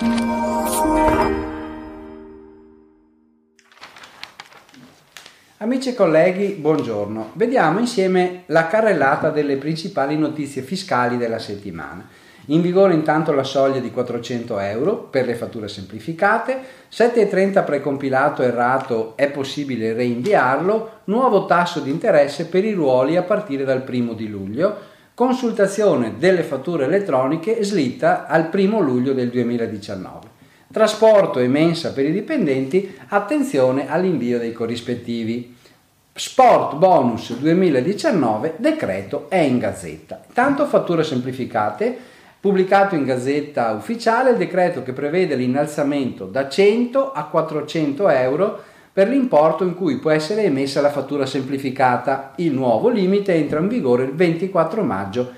Amici e colleghi, buongiorno. Vediamo insieme la carrellata delle principali notizie fiscali della settimana. In vigore intanto la soglia di 400 euro per le fatture semplificate, 7,30 precompilato errato, è possibile reinviarlo, nuovo tasso di interesse per i ruoli a partire dal 1 di luglio, consultazione delle fatture elettroniche slitta al 1 luglio del 2019. Trasporto e mensa per i dipendenti, attenzione all'invio dei corrispettivi. Sport bonus 2019, decreto è in Gazzetta. Tanto fatture semplificate, pubblicato in Gazzetta Ufficiale il decreto che prevede l'innalzamento da 100 a 400 euro per l'importo in cui può essere emessa la fattura semplificata. Il nuovo limite entra in vigore il 24 maggio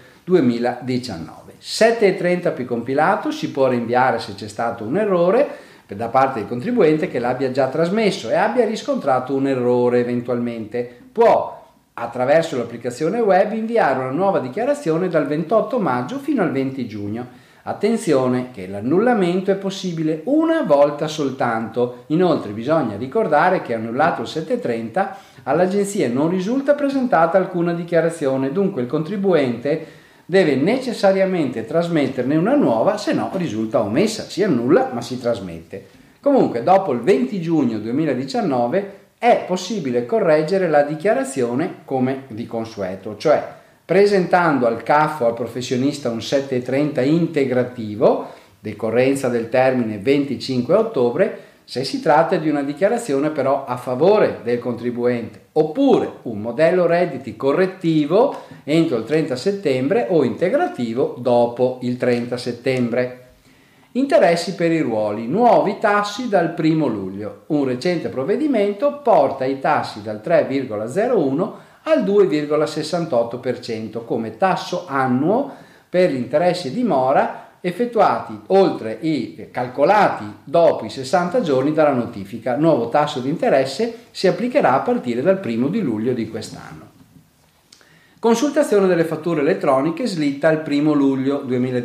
2019. 7,30 più compilato, si può rinviare se c'è stato un errore da parte del contribuente che l'abbia già trasmesso e abbia riscontrato un errore eventualmente. Può, attraverso l'applicazione web, inviare una nuova dichiarazione dal 28 maggio fino al 20 giugno. Attenzione che l'annullamento è possibile una volta soltanto. Inoltre bisogna ricordare che annullato il 7,30 all'agenzia non risulta presentata alcuna dichiarazione, dunque il contribuente deve necessariamente trasmetterne una nuova, se no risulta omessa, si annulla ma si trasmette. Comunque dopo il 20 giugno 2019 è possibile correggere la dichiarazione come di consueto, cioè presentando al CAF o al professionista un 7,30 integrativo, decorrenza del termine 25 ottobre, se si tratta di una dichiarazione però a favore del contribuente, oppure un modello redditi correttivo entro il 30 settembre o integrativo dopo il 30 settembre. Interessi per i ruoli, nuovi tassi dal 1 luglio. Un recente provvedimento porta i tassi dal 3,01 al 2,68% come tasso annuo per gli interessi di mora effettuati oltre i calcolati dopo i 60 giorni dalla notifica. Nuovo tasso di interesse si applicherà a partire dal 1 di luglio di quest'anno. Consultazione delle fatture elettroniche slitta al 1 luglio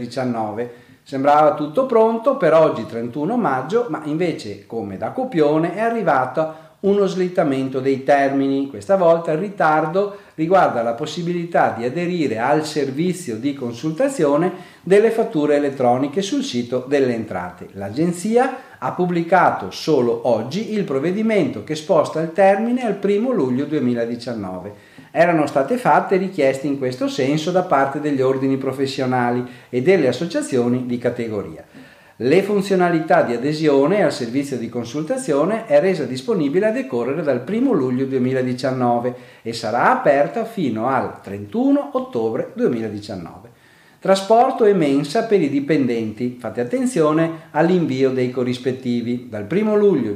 2019. Sembrava tutto pronto per oggi 31 maggio, ma invece, come da copione, è arrivato uno slittamento dei termini. Questa volta il ritardo riguarda la possibilità di aderire al servizio di consultazione delle fatture elettroniche sul sito delle entrate. L'agenzia ha pubblicato solo oggi il provvedimento che sposta il termine al 1 luglio 2019. Erano state fatte richieste in questo senso da parte degli ordini professionali e delle associazioni di categoria. Le funzionalità di adesione al servizio di consultazione è resa disponibile a decorrere dal 1 luglio 2019 e sarà aperta fino al 31 ottobre 2019. Trasporto e mensa per i dipendenti. Fate attenzione all'invio dei corrispettivi. Dal 1 luglio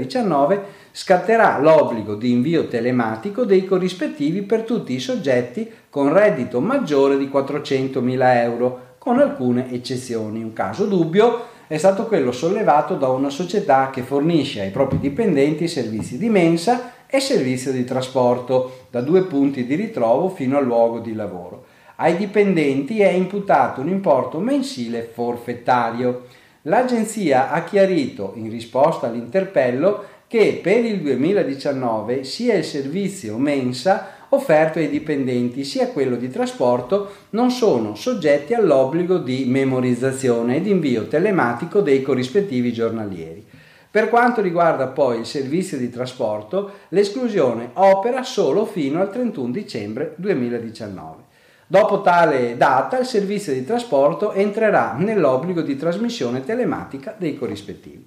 2019 scatterà l'obbligo di invio telematico dei corrispettivi per tutti i soggetti con reddito maggiore di 400.000 euro, con alcune eccezioni. Un caso dubbio è stato quello sollevato da una società che fornisce ai propri dipendenti servizi di mensa e servizio di trasporto da 2 punti di ritrovo fino al luogo di lavoro. Ai dipendenti è imputato un importo mensile forfettario. L'agenzia ha chiarito, in risposta all'interpello, che per il 2019 sia il servizio mensa offerto ai dipendenti sia quello di trasporto non sono soggetti all'obbligo di memorizzazione ed invio telematico dei corrispettivi giornalieri. Per quanto riguarda poi il servizio di trasporto, l'esclusione opera solo fino al 31 dicembre 2019. Dopo tale data il servizio di trasporto entrerà nell'obbligo di trasmissione telematica dei corrispettivi.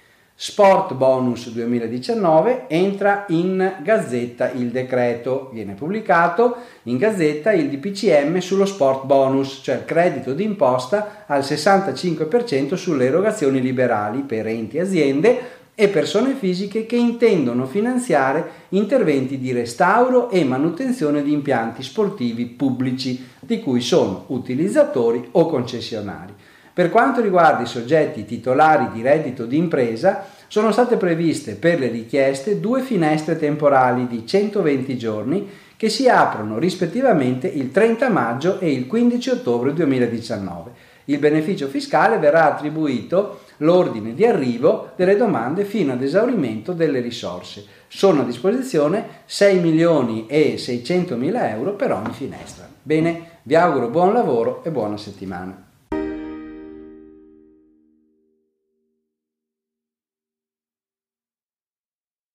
Sport bonus 2019 entra in Gazzetta il decreto, viene pubblicato in Gazzetta il DPCM sullo sport bonus, cioè il credito d'imposta al 65% sulle erogazioni liberali per enti, aziende e persone fisiche che intendono finanziare interventi di restauro e manutenzione di impianti sportivi pubblici di cui sono utilizzatori o concessionari. Per quanto riguarda i soggetti titolari di reddito di impresa, sono state previste per le richieste 2 finestre temporali di 120 giorni che si aprono rispettivamente il 30 maggio e il 15 ottobre 2019. Il beneficio fiscale verrà attribuito l'ordine di arrivo delle domande fino ad esaurimento delle risorse. Sono a disposizione 6.600.000 euro per ogni finestra. Bene, vi auguro buon lavoro e buona settimana.